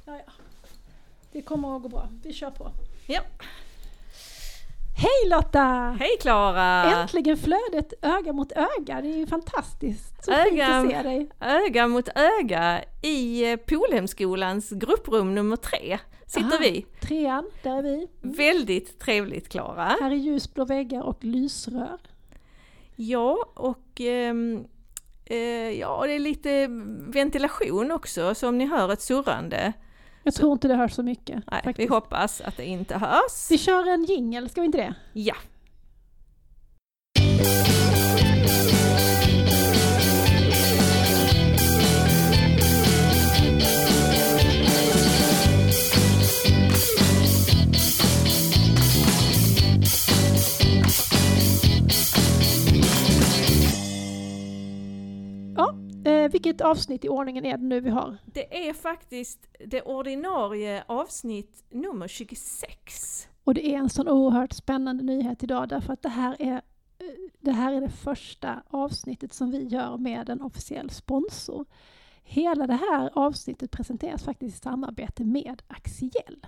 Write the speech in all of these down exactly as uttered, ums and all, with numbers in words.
Ja, ja. Det kommer att gå bra. Vi kör på. Ja. Hej Lotta! Hej Klara! Äntligen flödet öga mot öga. Det är ju fantastiskt. Så öga, fint att se dig. Öga mot öga i Polhemskolans grupprum nummer tre sitter Aha, vi. Trean, där är vi. Mm. Väldigt trevligt Klara. Här är ljusblå väggar och lysrör. Ja, och ehm, eh, ja, det är lite ventilation också, så om ni hör ett surrande. Jag tror inte det hörs så mycket. Nej, faktiskt. Vi hoppas att det inte hörs. Vi kör en jingle, ska vi inte det? Ja. Ja, eh, vilket avsnitt i ordningen är det nu vi har? Det är faktiskt det ordinarie avsnitt nummer tjugosex. Och det är en sån oerhört spännande nyhet idag därför att det här är det här är det första avsnittet som vi gör med en officiell sponsor. Hela det här avsnittet presenteras faktiskt i samarbete med Axiell.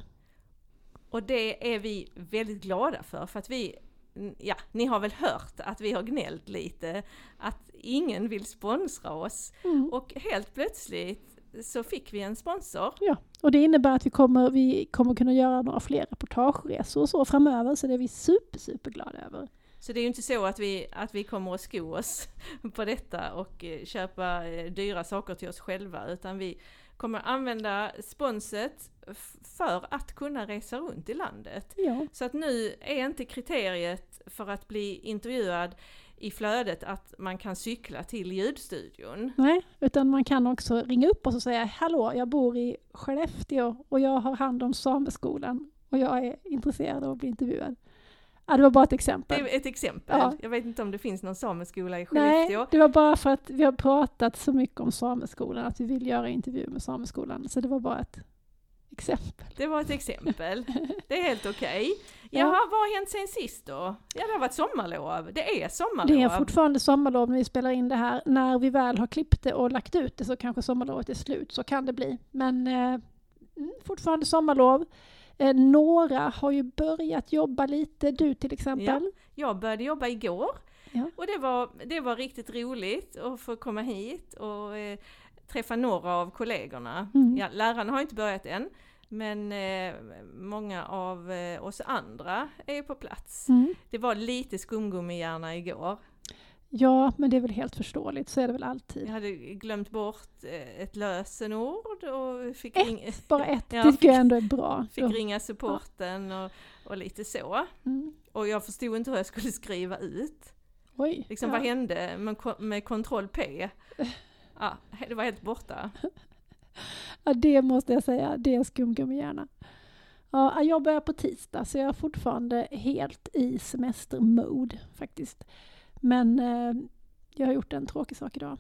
Och det är vi väldigt glada för, för att vi, ja, ni har väl hört att vi har gnällt lite att ingen vill sponsra oss. Mm. Och helt plötsligt så fick vi en sponsor. Ja, och det innebär att vi kommer, vi kommer kunna göra några fler reportageresor och så framöver, så det är vi super, super glada över. Så det är ju inte så att vi, att vi kommer att sko oss på detta och köpa dyra saker till oss själva, utan vi kommer använda sponset för att kunna resa runt i landet. Ja. Så att nu är inte kriteriet för att bli intervjuad i flödet att man kan cykla till ljudstudion. Nej, utan man kan också ringa upp oss och säga: hallå, jag bor i Skellefteå och jag har hand om sameskolan och jag är intresserad av att bli intervjuad. Ja, det var bara ett exempel. Det är ett exempel. Ja. Jag vet inte om det finns någon sameskola i Skellefteå. Nej, det var bara för att vi har pratat så mycket om sameskolan att vi vill göra intervju med sameskolan. Så det var bara ett exempel. Det var ett exempel. Det är helt okej. Okay. Ja. Jaha, vad har hänt sen sist då? Ja, det har varit sommarlov. Det är sommarlov. Det är fortfarande sommarlov när vi spelar in det här. När vi väl har klippt det och lagt ut det så kanske sommarlovet är slut. Så kan det bli. Men eh, fortfarande sommarlov. Eh, några har ju börjat jobba lite, du till exempel. Ja, jag började jobba igår. Ja. Och det var, det var riktigt roligt att få komma hit och eh, träffa några av kollegorna. Mm. Ja, lärarna har inte börjat än, men eh, många av eh, oss andra är på plats. Mm. Det var lite skumgummihjärna igår. Ja, men det är väl helt förståeligt, så är det väl alltid. Jag hade glömt bort ett lösenord och fick ett, ringa, bara ett, ja, det tycker jag ändå är bra. Fick ringa supporten och, och lite så. Mm. Och jag förstod inte hur jag skulle skriva ut. Oj. Liksom, ja. Vad hände med, med kontroll P? Ja, det var helt borta. Ja, det måste jag säga. Det är skumgummihjärna. Ja, jag börjar på tisdag så jag är fortfarande helt i semestermode faktiskt. Men eh, jag har gjort en tråkig sak idag.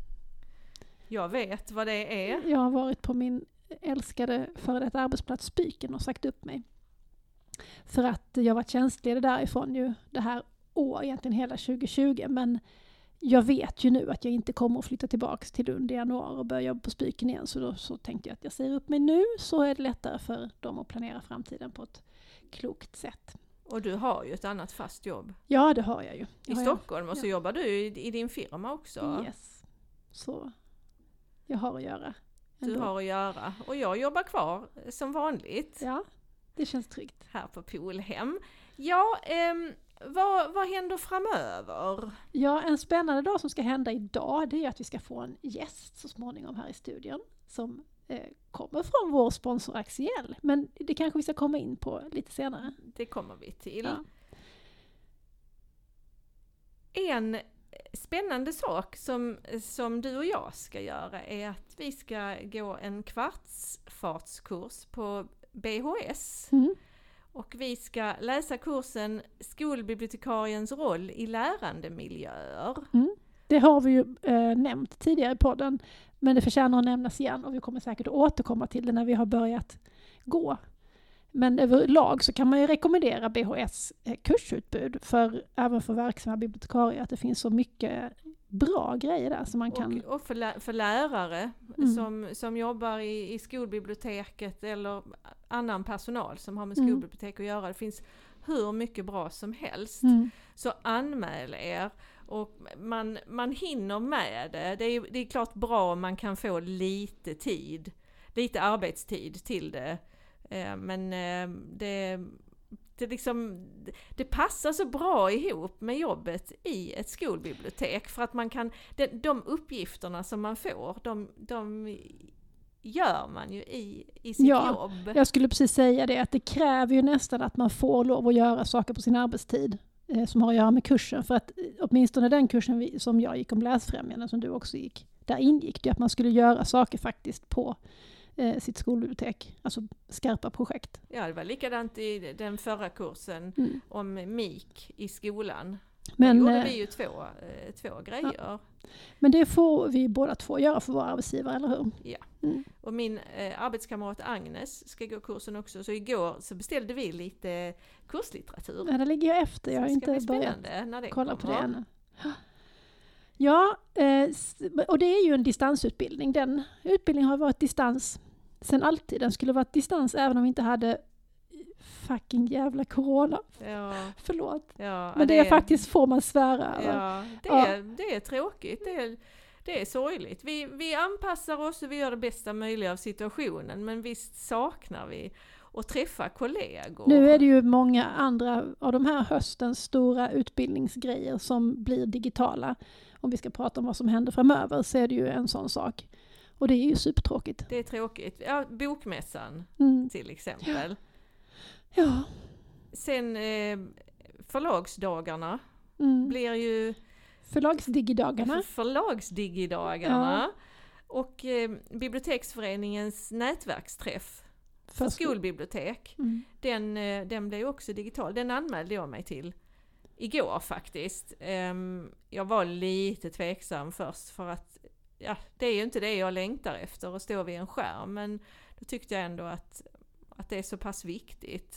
Jag vet vad det är. Jag har varit på min älskade före detta arbetsplats Spyken och sagt upp mig. För att jag var tjänstledig därifrån ju det här år, egentligen hela tjugo tjugo. Men jag vet ju nu att jag inte kommer att flytta tillbaka till Lund i januari och börja jobba på Spyken igen. Så då så tänkte jag att jag säger upp mig nu, så är det lättare för dem att planera framtiden på ett klokt sätt. Och du har ju ett annat fast jobb. Ja, det har jag ju. I Stockholm jag. Och så ja. Jobbar du i, i din firma också. Yes. Så jag har att göra. Ändå. Du har att göra. Och jag jobbar kvar som vanligt. Ja, det känns tryggt. Här på Polhem. Ja, ehm, vad, vad händer framöver? Ja, en spännande dag som ska hända idag, det är att vi ska få en gäst så småningom här i studion. Som eh, kommer från vår sponsor Axiell. Men det kanske vi ska komma in på lite senare. Det kommer vi till. Ja. En spännande sak som, som du och jag ska göra är att vi ska gå en kvartsfartskurs på B H S. Mm. Och vi ska läsa kursen Skolbibliotekariens roll i lärandemiljöer. Mm. Det har vi ju eh, nämnt tidigare i podden, men det förtjänar att nämnas igen och vi kommer säkert att återkomma till det när vi har börjat gå. Men överlag så kan man ju rekommendera B H S kursutbud för, även för verksamma bibliotekarier, att det finns så mycket bra grejer där som man kan... Och, och för, lä- för lärare Mm. som, som jobbar i, i skolbiblioteket eller annan personal som har med Mm. skolbibliotek att göra. Det finns hur mycket bra som helst. Mm. Så anmäl er. Och man, man hinner med det. Det är, det är klart bra om man kan få lite tid. Lite arbetstid till det. Eh, men eh, det... Det, liksom, det passar så bra ihop med jobbet i ett skolbibliotek för att man kan, de, de uppgifterna som man får, de, de gör man ju i, i sitt Ja, jobb. Jag skulle precis säga det, att det kräver ju nästan att man får lov att göra saker på sin arbetstid eh, som har att göra med kursen. För att åtminstone den kursen vi, som jag gick om läsfrämjande, som du också gick, där ingick det att man skulle göra saker faktiskt på eh, sitt skolbibliotek, alltså skarpa projekt. Ja, det var likadant i den förra kursen Mm. om M I K i skolan. Men, Då gjorde eh, vi ju två, eh, två grejer. Ja. Men det får vi båda två göra för våra arbetsgivare, eller hur? Ja. Mm. Och min eh, arbetskamrat Agnes ska gå kursen också. Så igår så beställde vi lite kurslitteratur. Ja, där ligger jag efter. Jag har Så det ska inte bli börjat spännande när det kolla på kommer. det ännu. Ja, eh, och det är ju en distansutbildning. Den utbildningen har varit distans sedan alltid. Den skulle varit distans även om vi inte hade fucking jävla corona. Ja, Förlåt. ja, Men det är faktiskt, får man svära över. Ja, det, Ja. Är, det är tråkigt. Det är, det är sorgligt. Vi, vi anpassar oss och vi gör det bästa möjliga av situationen. Men visst saknar vi att träffa kollegor. Nu är det ju många andra av de här höstens stora utbildningsgrejer som blir digitala. Om vi ska prata om vad som händer framöver så är det ju en sån sak. Och det är ju supertråkigt. Det är tråkigt. Ja, bokmässan Mm. till exempel. Ja. Sen eh, förlagsdagarna Mm. blir ju Förlagsdigidagarna. förlagsdigidagarna och eh, biblioteksföreningens nätverksträff för För skolbibliotek. Mm. Den, eh, den blev också digital. Den anmälde jag mig till igår faktiskt. Ehm, jag var lite tveksam först för att ja, det är ju inte det jag längtar efter att stå vid en skärm. Men då tyckte jag ändå att, att det är så pass viktigt.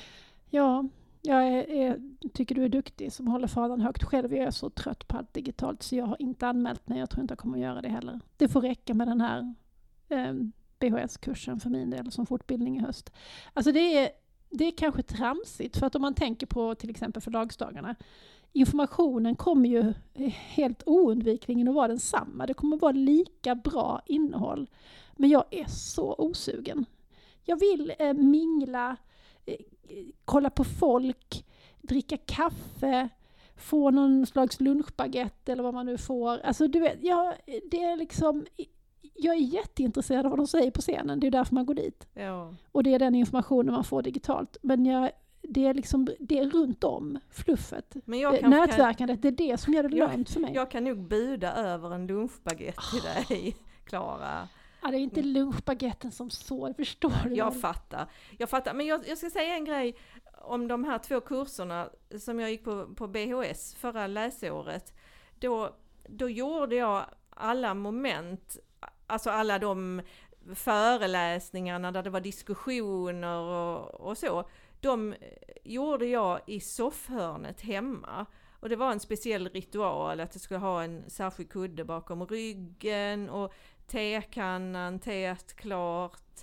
Ja, jag är, är, tycker du är duktig som håller fadan högt. Själv är jag så trött på allt digitalt så jag har inte anmält mig. Jag tror inte jag kommer att göra det heller. Det får räcka med den här eh, B H S-kursen för min del som fortbildning i höst. Alltså det är, det är kanske tramsigt för att om man tänker på till exempel förlagsdagarna. Informationen kommer ju helt oundvikligen att vara densamma. Det kommer att vara lika bra innehåll. Men jag är så osugen. Jag vill eh, mingla, eh, kolla på folk, dricka kaffe, få någon slags lunchbaguette eller vad man nu får. Alltså du vet, jag, det är liksom, jag är jätteintresserad av vad de säger på scenen. Det är därför man går dit. Ja. Och det är den informationen man får digitalt. Men jag, det är liksom det är runt om fluffet. Men jag kan, Nätverkandet, det är det som gör det jag, lönt för mig. Jag kan nog buda över en lunchbaguette till dig, Klara. Ja, det är inte lunchbaguetten som så, det förstår du. Jag väl? fattar. Jag fattar. Men jag, jag ska säga en grej om de här två kurserna som jag gick på, på B H S förra läsåret. Då, då gjorde jag alla moment, alltså alla de föreläsningarna där det var diskussioner och, och så. De gjorde jag i soffhörnet hemma. Och det var en speciell ritual att jag skulle ha en särskild kudde bakom ryggen och tekannan, teet klart,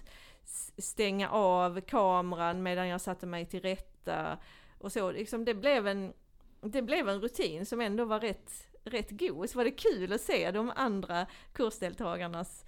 stänga av kameran medan jag satte mig till rätta och så. Liksom det, blev en, det blev en rutin som ändå var rätt, rätt god. Så var det kul att se de andra kursdeltagarnas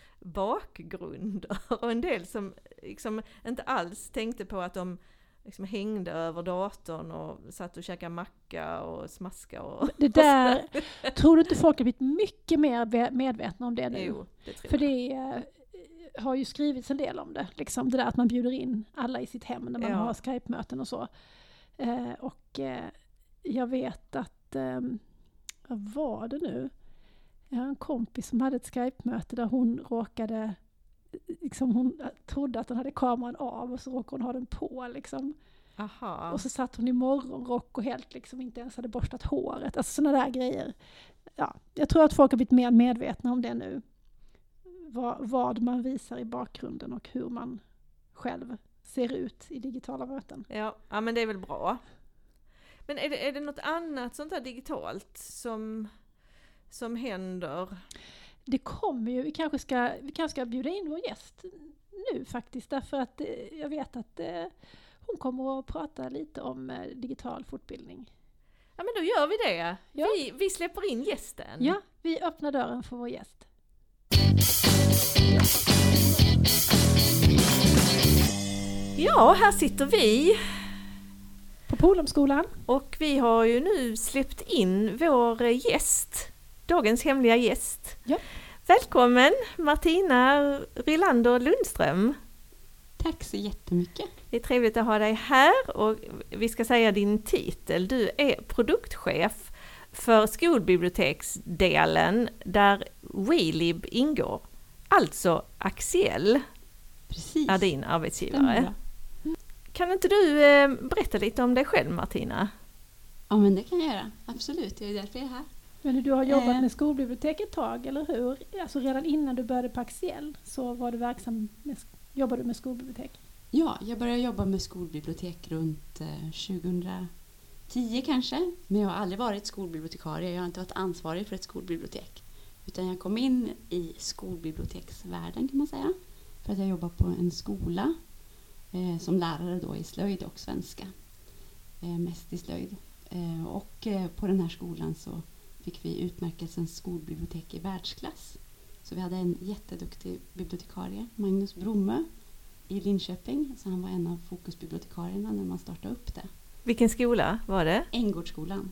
bakgrunder och en del som liksom inte alls tänkte på att de liksom hängde över datorn och satt och käkade macka och smaska. Och, det där, och tror du inte folk har blivit mycket mer medvetna om det nu? Jo, det tror För jag. det eh, har ju skrivits en del om det. Liksom det där att man bjuder in alla i sitt hem när man Ja. har Skype-möten och så. Eh, och eh, jag vet att, eh, vad var det nu? Jag har en kompis som hade ett Skype-möte där hon råkade liksom hon trodde att hon hade kameran av och så råkade hon ha den på liksom. Aha. Och så satt hon i morgonrock och helt liksom inte ens hade borstat håret. Alltså sådana där grejer. Ja, jag tror att folk har blivit mer medvetna om det nu. Vad, vad man visar i bakgrunden och hur man själv ser ut i digitala möten. Ja, ja men det är väl bra. Men är det, är det något annat sånt där digitalt som, som händer? Det kommer ju, vi kanske ska, vi kanske ska bjuda in vår gäst nu faktiskt, därför att eh, jag vet att eh, hon kommer att prata lite om eh, digital fortbildning. Ja, men då gör vi det. Ja. Vi, vi släpper in gästen. Ja, vi öppnar dörren för vår gäst. Ja, här sitter vi. På Polhemskolan. Och vi har ju nu släppt in vår gäst. Dagens hemliga gäst. Ja. Välkommen Martina Rylander Lundström. Tack så jättemycket. Det är trevligt att ha dig här och vi ska säga din titel. Du är produktchef för skolbiblioteksdelen där WeLib ingår. Alltså Axiell. Precis. Är din arbetsgivare. Kan inte du eh, berätta lite om dig själv, Martina? Ja, men det kan jag göra. Absolut, det är därför jag är här. Men du har jobbat Eh. med skolbibliotek ett tag, eller hur? Alltså redan innan du började på Axiell så var du verksam med, jobbade du med skolbibliotek. Ja, jag började jobba med skolbibliotek runt eh, tjugohundratio kanske. Men jag har aldrig varit skolbibliotekarie. Jag har inte varit ansvarig för ett skolbibliotek. Utan jag kom in i skolbiblioteksvärlden kan man säga. För att jag jobbar på en skola eh, som lärare då i slöjd och svenska. Eh, mest i slöjd. Eh, och eh, på den här skolan så fick vi utmärkelsen skolbibliotek i världsklass. Så vi hade en jätteduktig bibliotekarie, Magnus Bromme, i Linköping. Så han var en av fokusbibliotekarierna när man startade upp det. Vilken skola var det? Änggårdsskolan.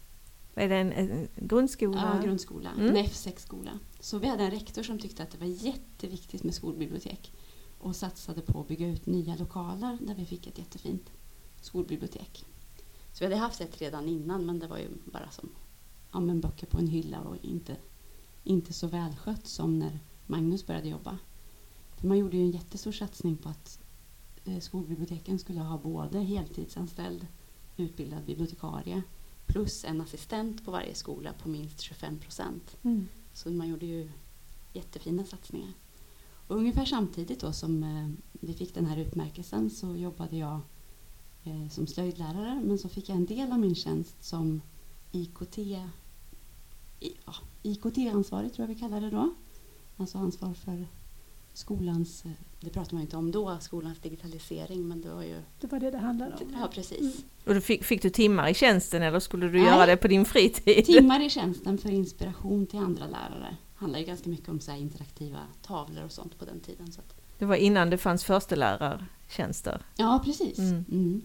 Är det en, en grundskola? Ja, grundskola. Mm. En F sex-skola. Så vi hade en rektor som tyckte att det var jätteviktigt med skolbibliotek. Och satsade på att bygga ut nya lokaler där vi fick ett jättefint skolbibliotek. Så vi hade haft ett redan innan, men det var ju bara som ja, men böcker på en hylla och inte, inte så välskött som när Magnus började jobba. För man gjorde ju en jättestor satsning på att eh, skolbiblioteken skulle ha både heltidsanställd utbildad bibliotekarie plus en assistent på varje skola på minst tjugofem procent. Mm. Så man gjorde ju jättefina satsningar. Och ungefär samtidigt då som eh, vi fick den här utmärkelsen så jobbade jag eh, som slöjdlärare, men så fick jag en del av min tjänst som I K T I, ja, I K T-ansvarig tror jag vi kallar det då. Alltså ansvar för skolans, det pratar man inte om då, skolans digitalisering, men det var ju... Det var det det handlade om. Ja, precis. Mm. Och då fick, fick du timmar i tjänsten eller skulle du Nej. göra det på din fritid? Timmar i tjänsten för inspiration till andra lärare. Handlar ju ganska mycket om så här interaktiva tavlor och sånt på den tiden. Så att. Det var innan det fanns förstelärartjänster. Ja, precis. Mm. Mm.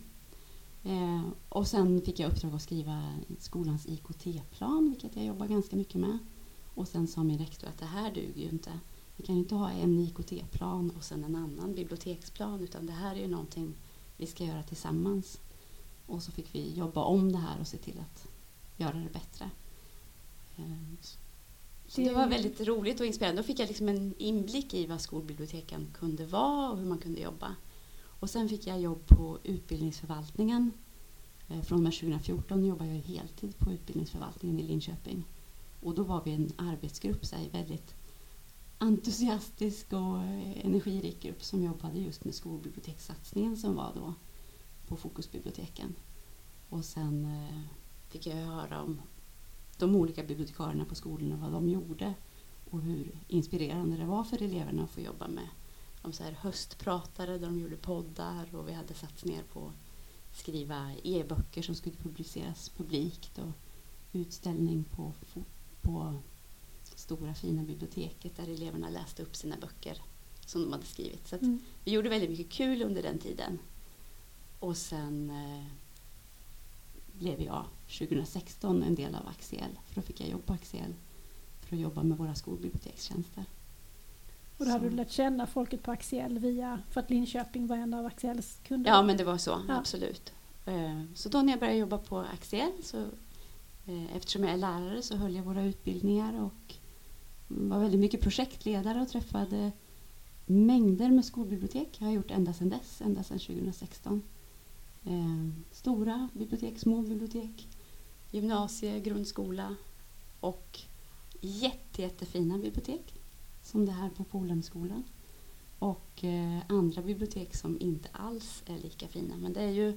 Eh, och sen fick jag uppdrag att skriva skolans I K T-plan, vilket jag jobbar ganska mycket med. Och sen sa min rektor att det här duger ju inte. Vi kan ju inte ha en I K T-plan och sen en annan biblioteksplan, utan det här är ju någonting vi ska göra tillsammans. Och så fick vi jobba om det här och se till att göra det bättre. Eh, så det var väldigt roligt och inspirerande. Då fick jag liksom en inblick i vad skolbiblioteken kunde vara och hur man kunde jobba. Och sen fick jag jobb på utbildningsförvaltningen. Eh, från och med tjugohundrafjorton jobbade jag heltid på utbildningsförvaltningen i Linköping. Och då var vi en arbetsgrupp, så här, väldigt entusiastisk och energirik grupp som jobbade just med skolbibliotekssatsningen som var då på fokusbiblioteken. Och sen eh, fick jag höra om de olika bibliotekarierna på skolorna, vad de gjorde och hur inspirerande det var för eleverna att få jobba med de så här höstpratare där de gjorde poddar, och vi hade satsningar på att skriva e-böcker som skulle publiceras publikt och utställning på, på stora fina biblioteket där eleverna läste upp sina böcker som de hade skrivit. Så att Mm. vi gjorde väldigt mycket kul under den tiden. Och sen eh, blev jag tjugohundrasexton en del av Axiell. För då fick jag jobba på Axiell för att jobba med våra skolbibliotekstjänster. Och då hade Så. du lärt känna folket på Axiell via, för att Linköping var en av Axiells kunder. Ja, men det var så, Ja. absolut. Eh, så då när jag började jobba på Axiell, så eh, eftersom jag är lärare så höll jag våra utbildningar och var väldigt mycket projektledare och träffade mängder med skolbibliotek. Jag har gjort ända sedan dess, ända sedan tjugohundrasexton. Eh, stora bibliotek, små bibliotek, gymnasie, grundskola och jätte, jättefina bibliotek som det här på Polhemskolan. Och eh, andra bibliotek som inte alls är lika fina. Men det är ju,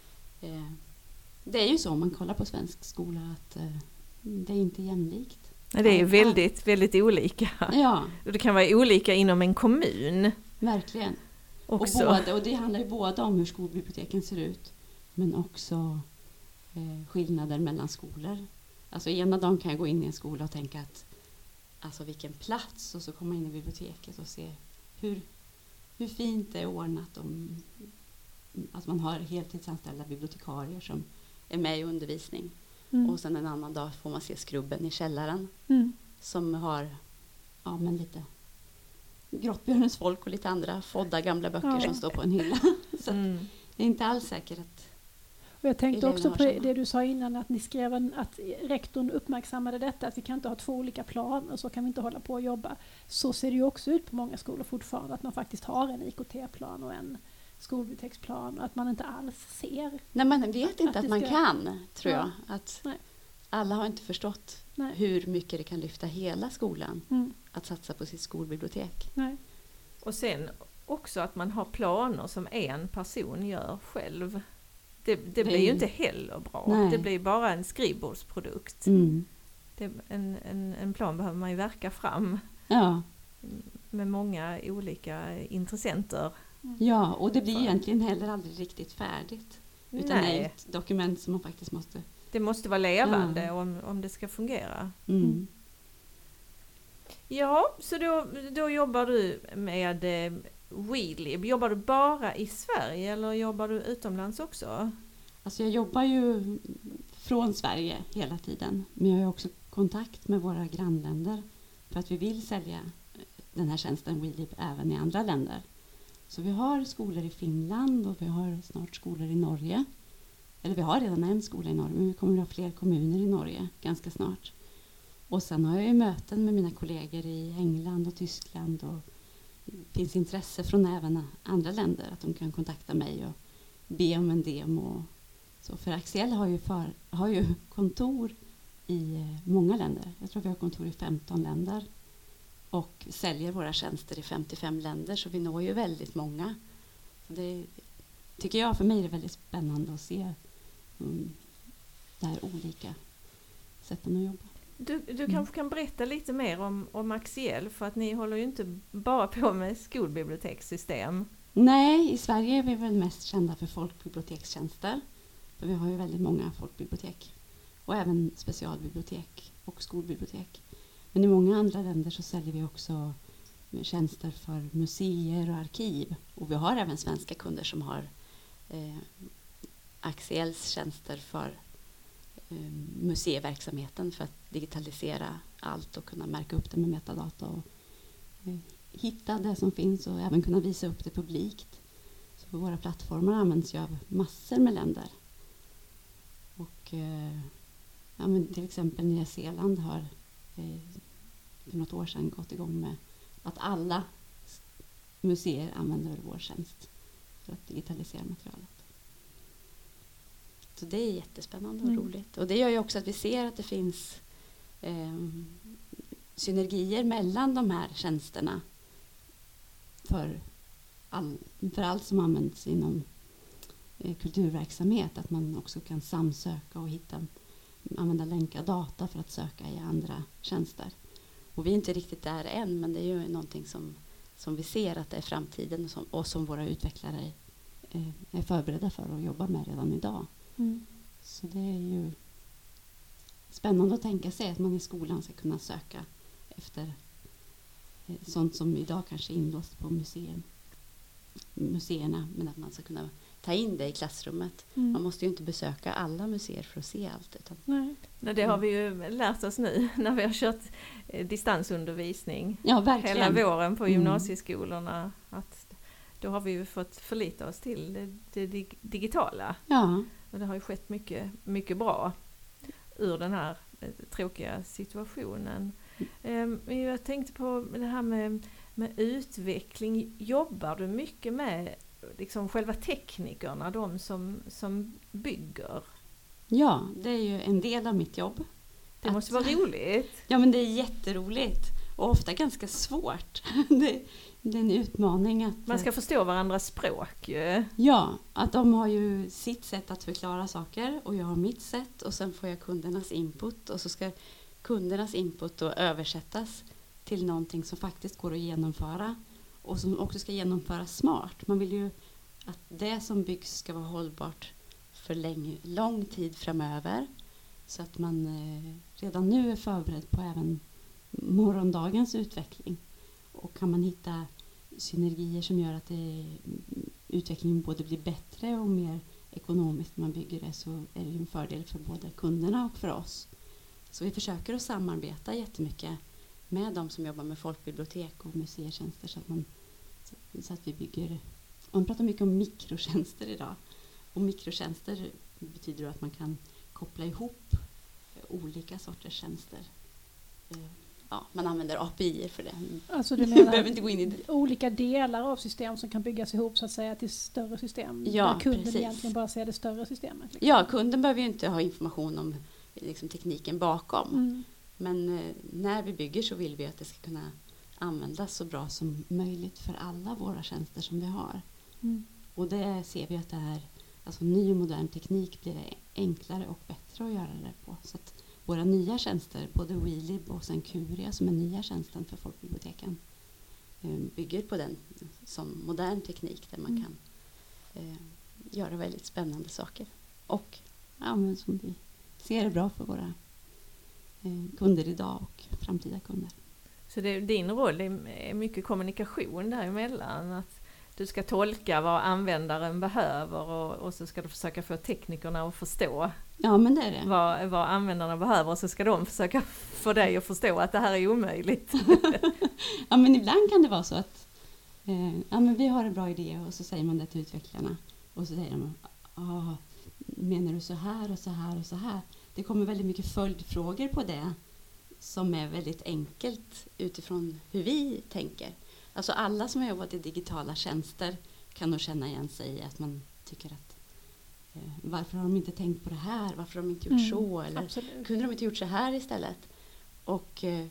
eh, det är ju så om man kollar på svensk skola att eh, det är inte jämlikt. Det är ju väldigt, väldigt olika. Ja. Och det kan vara olika inom en kommun. Verkligen. Också. Och, både, och det handlar ju både om hur skolbiblioteken ser ut, men också eh, skillnader mellan skolor. Alltså ena dagen kan jag gå in i en skola och tänka att alltså vilken plats, och så komma in i biblioteket och se hur, hur fint det är ordnat. Om, att man har heltidsanställda bibliotekarier som är med i undervisning. Mm. Och sen en annan dag får man se skrubben i källaren mm. som har ja, men lite Grottbjörnens folk och lite andra fodda gamla böcker ja. som står på en hylla. Så mm. det är inte alls säkert att och jag tänkte också på det, det du sa innan, att ni skrev en, att rektorn uppmärksammade detta, att vi kan inte ha två olika planer, så kan vi inte hålla på och jobba. Så ser det ju också ut på många skolor fortfarande, att man faktiskt har en I K T-plan och en skolbiblioteksplan, och att man inte alls ser. Nej, man vet att, inte att, att man ska... kan, tror jag. Ja. Att Nej. Alla har inte förstått Nej. hur mycket det kan lyfta hela skolan mm. att satsa på sitt skolbibliotek. Nej. Och sen också att man har planer som en person gör själv. Det, det blir ju inte heller bra. Nej. Det blir bara en skrivbordsprodukt. Mm. Det, en, en, en plan behöver man ju verka fram. Ja. Med många olika intressenter. Mm. Ja, och det blir egentligen heller aldrig riktigt färdigt. Utan Nej. det är ett dokument som man faktiskt måste... Det måste vara levande ja. om, om det ska fungera. Mm. Mm. Ja, så då, då jobbar du med eh, WeLib. Jobbar du bara i Sverige eller jobbar du utomlands också? Alltså jag jobbar ju från Sverige hela tiden. Men jag har också kontakt med våra grannländer för att vi vill sälja den här tjänsten WeLib även i andra länder. Så vi har skolor i Finland och vi har snart skolor i Norge. Eller vi har redan en skola i Norge, men vi kommer att ha fler kommuner i Norge ganska snart. Och sen har jag ju möten med mina kollegor i England och Tyskland, och det finns intresse från även andra länder att de kan kontakta mig och be om en demo. Så för Axiell har ju, för, har ju kontor i många länder. Jag tror vi har kontor i femton länder och säljer våra tjänster i femtiofem länder, så vi når ju väldigt många. Så det tycker jag, för mig är det väldigt spännande att se um, det här olika sätten att jobba. Du, du kanske mm. kan berätta lite mer om, om Axiell, för att ni håller ju inte bara på med skolbibliotekssystem. Nej, i Sverige är vi väl mest kända för folkbibliotekstjänster. För vi har ju väldigt många folkbibliotek. Och även specialbibliotek och skolbibliotek. Men i många andra länder så säljer vi också tjänster för museer och arkiv. Och vi har även svenska kunder som har eh, Axiells tjänster för eh, museiverksamheten, för att digitalisera allt och kunna märka upp det med metadata och eh, hitta det som finns och även kunna visa upp det publikt. Så våra plattformar används ju av massor med länder. Och eh, ja, men till exempel Nya Zeeland har eh, för något år sedan gått igång med att alla museer använder vår tjänst för att digitalisera materialet. Så det är jättespännande och mm. roligt. Och det gör ju också att vi ser att det finns eh, synergier mellan de här tjänsterna för, all, för allt som används inom eh, kulturverksamhet. Att man också kan samsöka och hitta, använda länkad data för att söka i andra tjänster. Och vi är inte riktigt där än, men det är ju någonting som, som vi ser att det är framtiden och som, och som våra utvecklare eh, är förberedda för att jobba med redan idag. Mm. Så det är ju spännande att tänka sig att man i skolan ska kunna söka efter eh, sånt som idag kanske är inlåst på museum, museerna, men att man ska kunna ta in det i klassrummet. Mm. Man måste ju inte besöka alla museer för att se allt. Utan Nej. Nej, det har vi ju lärt oss nu när vi har kört eh, distansundervisning ja, verkligen. hela våren på gymnasieskolorna. Mm. Att då har vi ju fått förlita oss till det, det digitala. Ja. Och det har ju skett mycket, mycket bra ur den här eh, tråkiga situationen. Mm. Eh, jag tänkte på det här med, med utveckling. Jobbar du mycket med liksom själva teknikerna, de som, som bygger? Ja, det är ju en del av mitt jobb. Det att, måste vara roligt. Ja, men det är jätteroligt. Och ofta ganska svårt. det, det är en utmaning att... Man ska förstå varandras språk ju. Ja, att de har ju sitt sätt att förklara saker och jag har mitt sätt och sen får jag kundernas input och så ska kundernas input då översättas till någonting som faktiskt går att genomföra och som också ska genomföras smart. Man vill ju att det som byggs ska vara hållbart för länge, lång tid framöver, så att man eh, redan nu är förberedd på även morgondagens utveckling. Och kan man hitta synergier som gör att det, utvecklingen både blir bättre och mer ekonomiskt när man bygger det, så är det ju en fördel för både kunderna och för oss. Så vi försöker att samarbeta jättemycket med de som jobbar med folkbibliotek och museitjänster, så att, man, så att vi bygger. Man pratar mycket om mikrotjänster idag. Och mikrotjänster betyder att man kan koppla ihop olika sorters tjänster. Ja, man använder A P I för det. Alltså du menar behöver inte gå in i det. Olika delar av system som kan byggas ihop så att säga till större system. Ja, där kunden precis. egentligen bara ser det större systemet. Liksom. Ja, kunden behöver ju inte ha information om liksom, tekniken bakom. Mm. Men eh, när vi bygger så vill vi att det ska kunna användas så bra som möjligt för alla våra tjänster som vi har. Mm. Och det ser vi att det är, alltså ny och modern teknik blir det enklare och bättre att göra det på. Så att våra nya tjänster, både WeLib och sen Curia som är nya tjänsten för folkbiblioteken, bygger på den som modern teknik där man Mm. kan eh, göra väldigt spännande saker. Och ja, men som vi ser det bra för våra eh, kunder idag och framtida kunder. Så det, din roll är mycket kommunikation däremellan, att du ska tolka vad användaren behöver och, och så ska du försöka få teknikerna att förstå Ja, men det är det. Vad, vad användarna behöver, och så ska de försöka få dig att förstå att det här är omöjligt. Ja, men ibland kan det vara så att eh, ja, men vi har en bra idé och så säger man det till utvecklarna och så säger de, ah, menar du så här och så här och så här? Det kommer väldigt mycket följdfrågor på det som är väldigt enkelt utifrån hur vi tänker. Alltså alla som har jobbat i digitala tjänster kan nog känna igen sig i att man tycker att eh, varför har de inte tänkt på det här? Varför har de inte gjort Mm, så? Eller absolut. kunde de inte gjort så här istället? Och eh,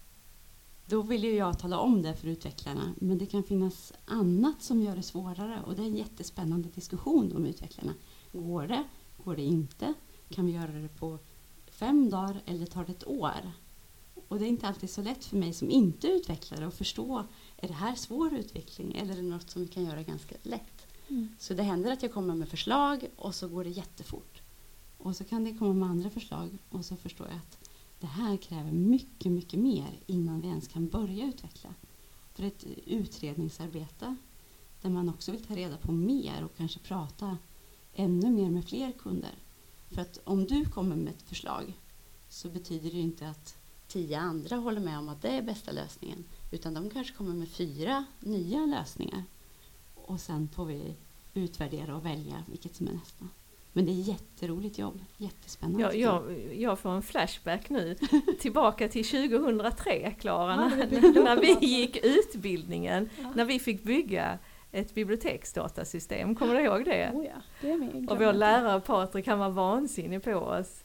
då vill ju jag tala om det för utvecklarna. Men det kan finnas annat som gör det svårare. Och det är en jättespännande diskussion om utvecklarna. Går det? Går det inte? Kan vi göra det på fem dagar eller tar det ett år? Och det är inte alltid så lätt för mig som inte utvecklare att förstå, är det här svår utveckling eller är det något som vi kan göra ganska lätt? Mm. Så det händer att jag kommer med förslag och så går det jättefort. Och så kan det komma med andra förslag och så förstår jag att det här kräver mycket, mycket mer innan vi ens kan börja utveckla. För ett utredningsarbete där man också vill ta reda på mer och kanske prata ännu mer med fler kunder. För att om du kommer med ett förslag så betyder det inte att tio andra håller med om att det är bästa lösningen. Utan de kanske kommer med fyra nya lösningar. Och sen får vi utvärdera och välja vilket som är nästa. Men det är jätteroligt jobb. Jättespännande. Jag, jag, jag får en flashback nu. Tillbaka till tjugohundratre, Klara. Ja, när, när vi gick utbildningen. Ja. När vi fick bygga ett biblioteksdatasystem. Kommer du ihåg det? Oh ja, det är min Och vår lärare Patrik, han var vansinnig på oss.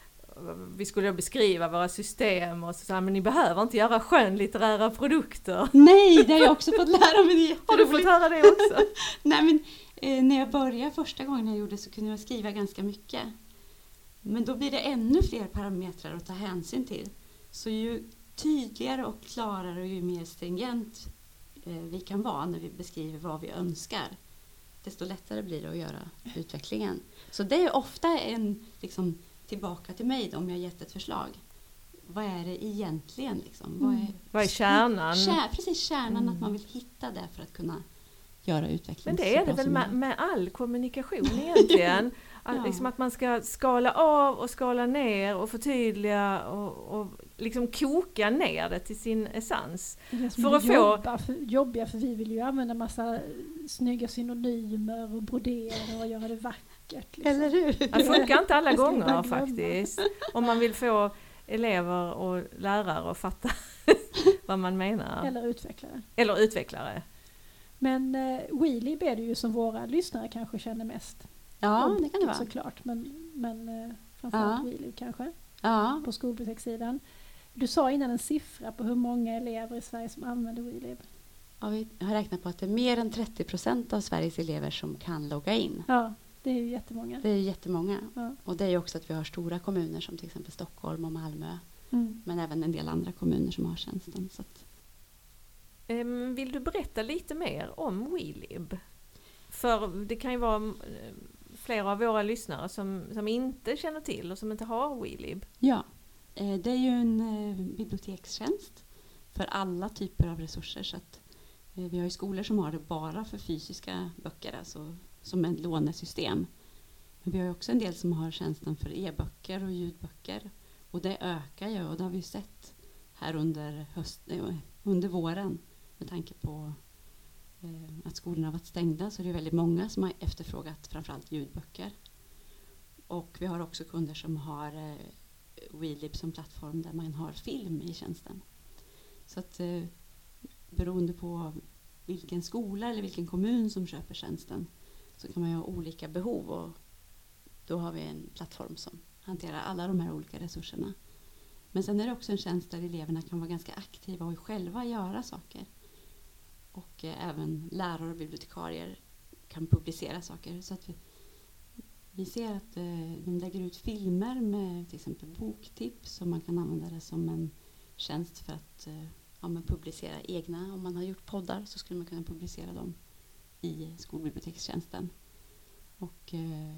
Vi skulle beskriva våra system och så sa han, men ni behöver inte göra skönlitterära produkter. Nej, det har jag också fått lära mig. Det Har du fått höra det också? Nej, men eh, när jag började första gången jag gjorde så kunde jag skriva ganska mycket. Men då blir det ännu fler parametrar att ta hänsyn till. Så ju tydligare och klarare och ju mer stringent eh, vi kan vara när vi beskriver vad vi önskar, desto lättare blir det att göra utvecklingen. Så det är ofta en liksom tillbaka till mig då, om jag har gett ett förslag. Vad är det egentligen? Liksom? Vad, är, Vad är kärnan? Kär, precis, kärnan Mm. att man vill hitta det för att kunna göra utveckling. Men det är det väl med, med all kommunikation egentligen. Att, Ja. liksom att man ska skala av och skala ner och förtydliga och, och liksom koka ner det till sin essens. Det som För är att få- jobba, för, jobbiga, för vi vill ju använda massa snygga synonymer och brodera och göra det vackert. Liksom. Eller hur? Det funkar inte alla Det ska vi gånger bara glömma. faktiskt. Om man vill få elever och lärare att fatta vad man menar. Eller utvecklare. Eller utvecklare. Men eh, WeLib är det ju som våra lyssnare kanske känner mest. Ja, Och det kan det vara. såklart, men, men eh, framförallt Ja. WeLib kanske, Ja. på skolbibliotekssidan. Du sa innan en siffra på hur många elever i Sverige som använder WeLib. Ja, vi har räknat på att det är mer än trettio procent av Sveriges elever som kan logga in. Ja, det är ju jättemånga. Det är jättemånga. Ja. Och det är ju också att vi har stora kommuner som till exempel Stockholm och Malmö Mm. Men även en del andra kommuner som har tjänsten. Så att. Um, vill du berätta lite mer om WeLib? För det kan ju vara flera av våra lyssnare som, som inte känner till och som inte har WeLib. Ja, eh, det är ju en eh, bibliotekstjänst för alla typer av resurser. Så att, eh, vi har ju skolor som har det bara för fysiska böcker, alltså som ett lånesystem. Men vi har ju också en del som har tjänsten för e-böcker och ljudböcker. Och det ökar ju, och det har vi sett här under, höst, eh, under våren. Med tanke på eh, att skolorna har varit stängda, så är det väldigt många som har efterfrågat framförallt ljudböcker. Och vi har också kunder som har eh, WeLib som plattform där man har film i tjänsten. Så att eh, beroende på vilken skola eller vilken kommun som köper tjänsten så kan man ju ha olika behov, och då har vi en plattform som hanterar alla de här olika resurserna. Men sen är det också en tjänst där eleverna kan vara ganska aktiva och själva göra saker. Och eh, även lärare och bibliotekarier kan publicera saker. Så att vi, vi ser att eh, de lägger ut filmer med till exempel boktips, och man kan använda det som en tjänst för att eh, ja, men publicera egna. Om man har gjort poddar så skulle man kunna publicera dem i skolbibliotekstjänsten. Och eh,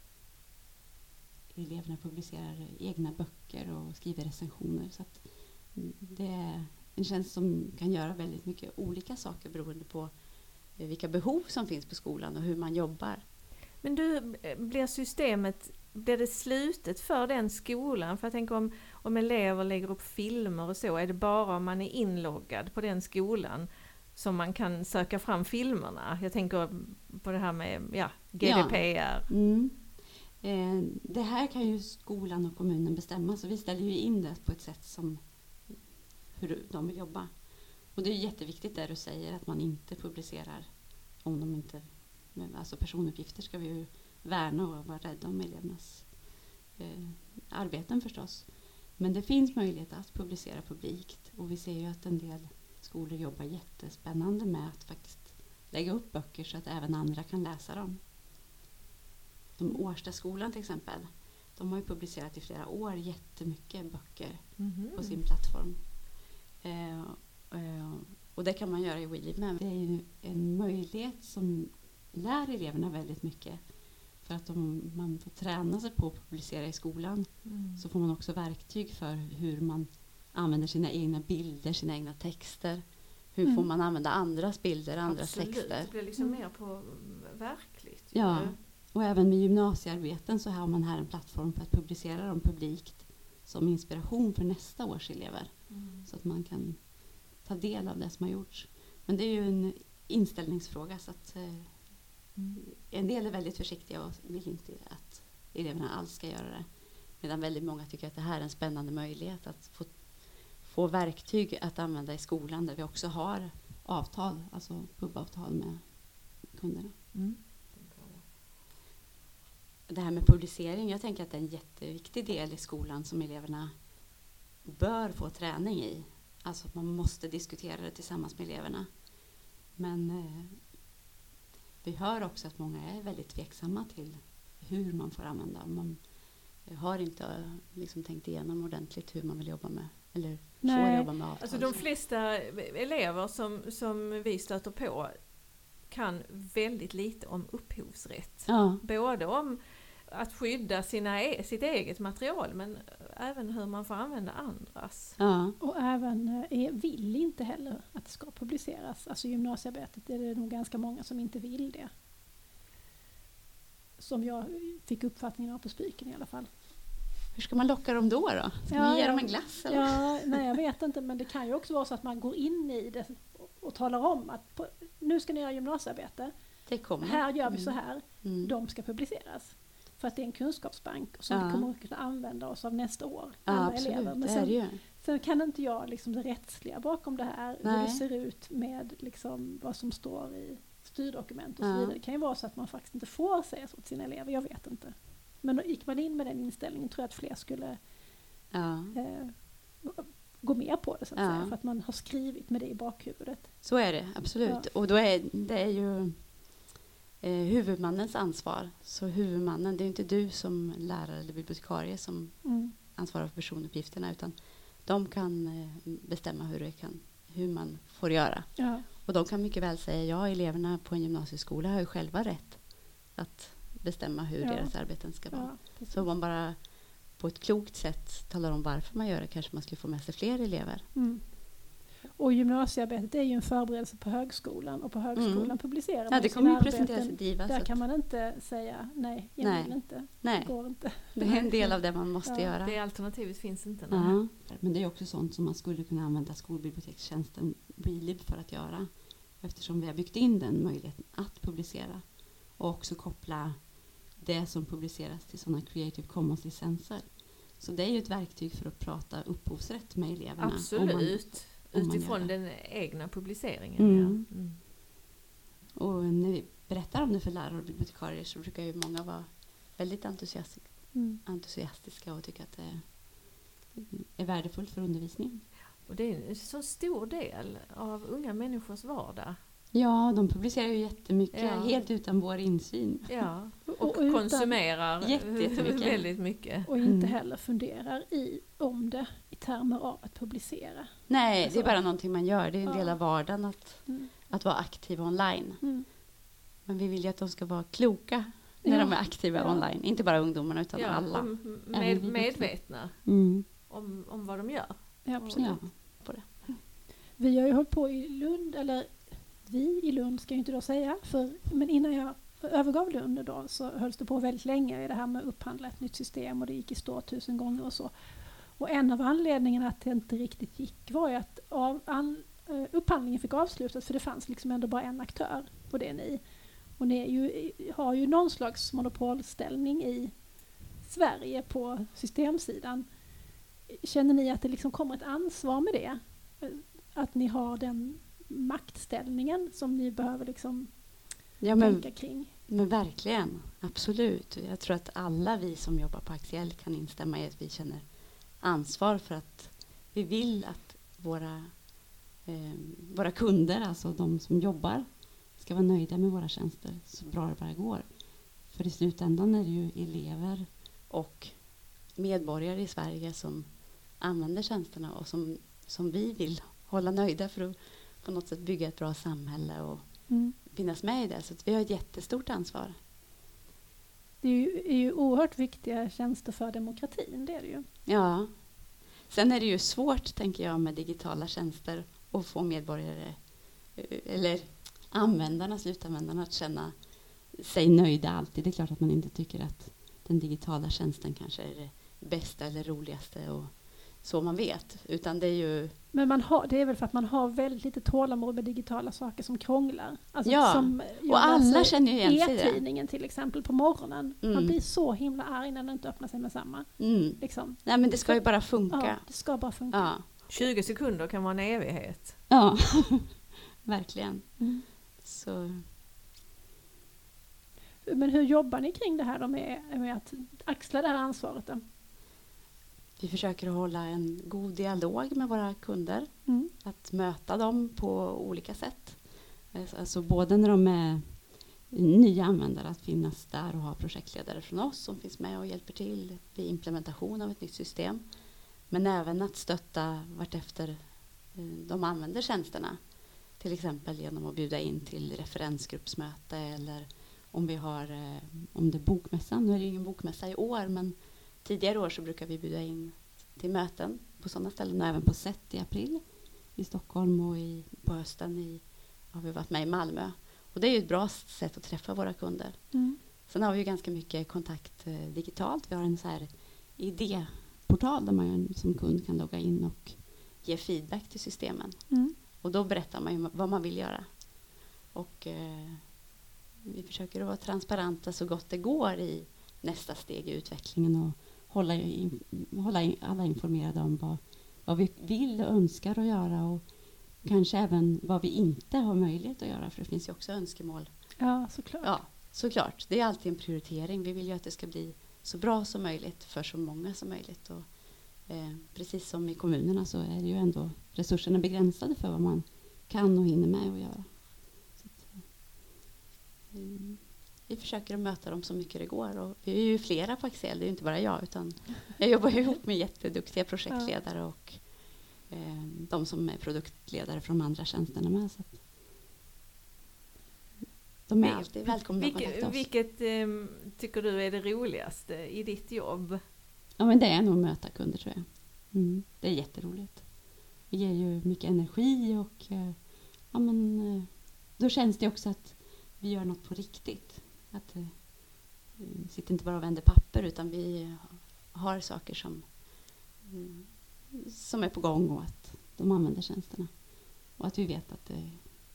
eleverna publicerar egna böcker och skriver recensioner. Så att det är en tjänst som kan göra väldigt mycket olika saker beroende på vilka behov som finns på skolan och hur man jobbar. Men du, blir systemet, blir det slutet för den skolan? För jag tänker om, om elever lägger upp filmer och så, är det bara om man är inloggad på den skolan som man kan söka fram filmerna? Jag tänker på det här med ja, G D P R. Ja. Mm. Eh, det här kan ju skolan och kommunen bestämma, så vi ställer ju in det på ett sätt som hur de vill jobba. Och det är jätteviktigt där du säger att man inte publicerar om de inte, alltså personuppgifter ska vi ju värna och vara rädda om elevernas eh, arbeten förstås. Men det finns möjlighet att publicera publikt, och vi ser ju att en del skolor jobbar jättespännande med att faktiskt lägga upp böcker så att även andra kan läsa dem. De Årstaskolan till exempel, de har ju publicerat i flera år jättemycket böcker mm-hmm. på sin plattform. Eh, eh, och det kan man göra i WeLib med. Det är ju en möjlighet som lär eleverna väldigt mycket. För att om man får träna sig på att publicera i skolan mm. så får man också verktyg för hur man använder sina egna bilder, sina egna texter. Hur mm. får man använda andras bilder, andras Absolut. texter. Det blir liksom mm. mer på verkligt. Ja, och även med gymnasiearbeten så har man här en plattform för att publicera dem publikt som inspiration för nästa års elever. Mm. Så att man kan ta del av det som har gjorts. Men det är ju en inställningsfråga, så att eh, mm. en del är väldigt försiktiga och vill inte att eleverna alls ska göra det. Medan väldigt många tycker att det här är en spännande möjlighet att få, få verktyg att använda i skolan där vi också har avtal, alltså pubavtal med kunderna. Mm. Det här med publicering, jag tänker att det är en jätteviktig del i skolan som eleverna bör få träning i. Alltså man måste diskutera det tillsammans med eleverna. Men eh, vi hör också att många är väldigt tveksamma till hur man får använda. Man har inte liksom tänkt igenom ordentligt hur man vill jobba med, eller Nej. får jobba med avtal. Alltså de flesta elever som, som vi stöter på kan väldigt lite om upphovsrätt. Ja. Både om att skydda sina, sitt eget material, men även hur man får använda andras. Ja. Och även är, vill inte heller att det ska publiceras. Alltså gymnasiearbetet är det nog ganska många som inte vill det. Som jag fick uppfattningen av på Spiken i alla fall. Hur ska man locka dem då då? Ska ja, man ge ja. dem en glass? Eller? Ja, nej, jag vet inte, men det kan ju också vara så att man går in i det och talar om att på, nu ska ni göra gymnasiearbete. Det kommer. Här gör vi mm. så här. Mm. De ska publiceras. För att det är en kunskapsbank som ja. vi kommer att kunna använda oss av nästa år. Ja, alla absolut. Elever. Men sen, det är det ju. Sen kan inte jag liksom det rättsliga bakom det här. Nej. Hur det ser ut med liksom vad som står i styrdokument och ja. så vidare. Det kan ju vara så att man faktiskt inte får säga så till sina elever. Jag vet inte. Men då gick man in med den inställningen, tror jag att fler skulle ja. eh, gå med på det så att ja. säga. För att man har skrivit med det i bakhuvudet. Så är det, absolut. Ja. Och då är det är ju eh, huvudmannens ansvar. Så huvudmannen, det är inte du som lärare eller bibliotekarie som mm. ansvarar för personuppgifterna, utan de kan eh, bestämma hur, det kan, hur man får göra. Ja. Och de kan mycket väl säga, ja, eleverna på en gymnasieskola har ju själva rätt att bestämma hur Ja. deras arbeten ska vara. Ja, Så om man bara på ett klokt sätt talar om varför man gör det, kanske man skulle få med sig fler elever. Mm. Och gymnasiearbetet är ju en förberedelse på högskolan, och på högskolan Mm. publicerar man Ja, det sina kommer ju arbeten. presenteras i DIVA. Där så kan att, man inte säga nej, jag Nej. vill inte, nej, det går inte. det är en del av det man måste Ja, göra. Det alternativet finns inte. Nej. Ja. Men det är också sånt som man skulle kunna använda skolbibliotekstjänsten Relib för att göra. Eftersom vi har byggt in den möjligheten att publicera. Och också koppla det som publiceras till sådana Creative Commons-licenser. Så det är ju ett verktyg för att prata upphovsrätt med eleverna. Absolut. Om man, om man Utifrån gör det. den egna publiceringen. Mm. Ja. Mm. Och när vi berättar om det för lärare och bibliotekarier så brukar ju många vara väldigt entusiastiska, Mm. entusiastiska och tycka att det är värdefullt för undervisningen. Och det är en så stor del av unga människors vardag. Ja, de publicerar ju jättemycket, Ja. helt utan vår insyn. Ja. Och, Och utan- konsumerar Jätte- jättemycket. väldigt mycket. Och inte Mm. heller funderar i, om det i termer av att publicera. Nej, Alltså- det är bara någonting man gör. Det är en Ja. del av vardagen att, Mm. att vara aktiv online. Mm. Men vi vill ju att de ska vara kloka när Ja. de är aktiva Ja. online. Inte bara ungdomarna utan Ja, alla. och Även vi med, vuxna. medvetna Mm. om, om vad de gör. Ja, absolut. Ja, på det. Vi har ju hållit på i Lund, eller vi i Lund ska jag inte då säga, för, men innan jag övergav Lund då så hölls det på väldigt länge i det här med att upphandla ett nytt system, och det gick i stå tusen gånger och så. Och en av anledningarna att det inte riktigt gick var ju att av, an, uh, upphandlingen fick avslutas, för det fanns liksom ändå bara en aktör, och det är ni. Och ni är ju, har ju någon slags monopolställning i Sverige på systemsidan. Känner ni att det liksom kommer ett ansvar med det? Att ni har den maktställningen som ni behöver liksom Ja, men, tänka kring? men verkligen. Absolut. Jag tror att alla vi som jobbar på Axiell kan instämma i att vi känner ansvar för att vi vill att våra, eh, våra kunder, alltså de som jobbar, ska vara nöjda med våra tjänster så bra det bara går. För i slutändan är det ju elever och medborgare i Sverige som använder tjänsterna och som, som vi vill hålla nöjda för att på något sätt bygga ett bra samhälle och Mm. finnas med i det. Så att vi har ett jättestort ansvar. Det är ju, är ju oerhört viktiga tjänster för demokratin, det är det ju. Ja. Sen är det ju svårt, tänker jag, med digitala tjänster att få medborgare eller användarna, slutanvändarna att känna sig nöjda alltid. Det är klart att man inte tycker att den digitala tjänsten kanske är det bästa eller roligaste och så man vet. Utan det är ju... Men man har, det är väl för att man har väldigt lite tålamod med digitala saker som krånglar. Alltså Ja, som jag och alla läser känner ju igen sig i det. E-tidningen till exempel på morgonen. Man Mm. blir så himla arg när den inte öppnar sig med samma. Mm. Liksom. Nej, men det ska ju bara funka. Ja, det ska bara funka. Ja, tjugo sekunder kan vara en evighet. ja. Verkligen. Mm. Så... Men hur jobbar ni kring det här då med, med att axla det här ansvaret då? Vi försöker att hålla en god dialog med våra kunder. Mm. Att möta dem på olika sätt. Alltså både när de är nya användare, att finnas där och ha projektledare från oss som finns med och hjälper till vid implementation av ett nytt system. Men även att stötta vartefter de använder tjänsterna. Till exempel genom att bjuda in till referensgruppsmöte eller om vi har, om det är bokmässan, nu är det ingen bokmässa i år, men tidigare år så brukar vi bjuda in till möten på sådana ställen och även på S E T i april i Stockholm och i, på hösten i, har vi varit med i Malmö. Och det är ju ett bra sätt att träffa våra kunder. Mm. Sen har vi ju ganska mycket kontakt eh, digitalt. Vi har en så här idéportal där man som kund kan logga in och ge feedback till systemen. Mm. Och då berättar man ju vad man vill göra. Och eh, vi försöker att vara transparenta så gott det går i nästa steg i utvecklingen och hålla, in, hålla in, alla informerade om vad, vad vi vill och önskar att göra och kanske även vad vi inte har möjlighet att göra, för det finns ju också önskemål. Ja, såklart. Ja, såklart. Det är alltid en prioritering. Vi vill ju att det ska bli så bra som möjligt för så många som möjligt. Och, eh, precis som i kommunerna så är det ju ändå resurserna begränsade för vad man kan och hinner med att göra. Så att, eh, vi försöker att möta dem så mycket det går. Och vi är ju flera på Axiell, det är ju inte bara jag, utan jag jobbar ihop med jätteduktiga projektledare och eh, de som är produktledare från de andra tjänsterna med. Så att de är alltid välkomna att kontakta oss. Vilket eh, tycker du är det roligaste i ditt jobb? Ja, men det är nog att möta kunder, tror jag. Mm, det är jätteroligt. Det ger ju mycket energi och eh, ja, men, eh, då känns det också att vi gör något på riktigt. Att eh, vi sitter inte bara och vänder papper, utan vi har saker som, mm, som är på gång och att de använder tjänsterna. Och att vi vet att det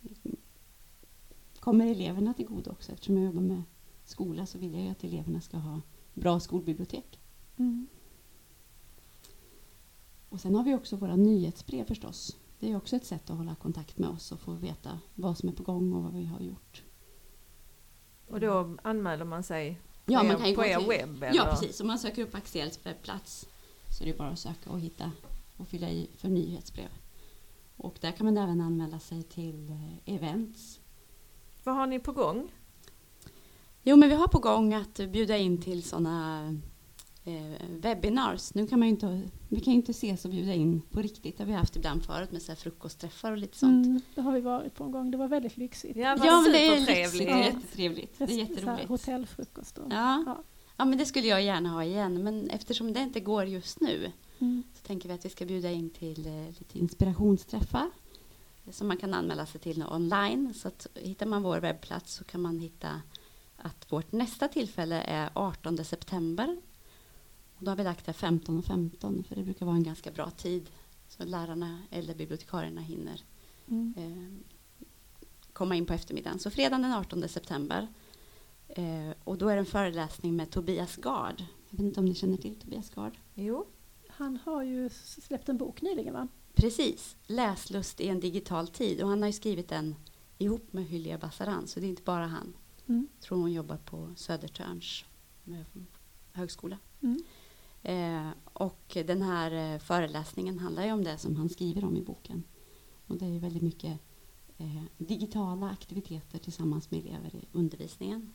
kommer eleverna till godo också. Eftersom jag jobbar med skola så vill jag ju att eleverna ska ha bra skolbibliotek. Mm. Och sen har vi också våra nyhetsbrev förstås. Det är också ett sätt att hålla kontakt med oss och få veta vad som är på gång och vad vi har gjort. Och då anmäler man sig på, ja, er, man kan på gå er till, webb? Eller? Ja, precis. Om man söker upp Axiells webbplats så är det bara att söka och hitta och fylla i för nyhetsbrev. Och där kan man även anmäla sig till eh, events. Vad har ni på gång? Jo, men vi har på gång att bjuda in till sådana eh, webinars. Nu kan man ju inte, vi kan ju inte ses och bjuda in på riktigt. Det har vi haft ibland förut med så här frukostträffar och lite sånt. Mm, det har vi varit på en gång. Det var väldigt lyxigt. Ja, Ja, men det är supertrevligt. lyxigt. Det är jättetrevligt. Det är Så här jätteroligt. hotellfrukost. Och, Ja. ja. ja, men det skulle jag gärna ha igen. Men eftersom det inte går just nu Mm. så tänker vi att vi ska bjuda in till eh, lite inspirationsträffar som man kan anmäla sig till online. Så att hittar man vår webbplats så kan man hitta att vårt nästa tillfälle är artonde september. Och då har vi lagt det femton och femton, för det brukar vara en ganska bra tid så lärarna eller bibliotekarierna hinner Mm. eh, komma in på eftermiddagen. Så fredagen den artonde september. Eh, och då är det en föreläsning med Tobias Gard. Jag vet inte om ni känner till Tobias Gard? Jo. Han har ju släppt en bok nyligen, va? Precis, Läslust i en digital tid. Och han har ju skrivit den ihop med Hyllia Bassaran, så det är inte bara han. Mm. Jag tror hon jobbar på Södertörns högskola. Mm. Eh, och den här eh, föreläsningen handlar ju om det som han skriver om i boken. Och det är ju väldigt mycket eh, digitala aktiviteter tillsammans med elever i undervisningen.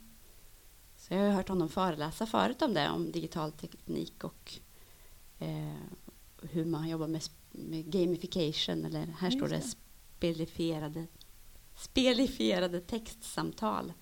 Så jag har hört honom föreläsa förut om det, om digital teknik och eh, hur man jobbar med, med gamification, eller här Just står det, det. spelifierade, spelifierade textsamtal.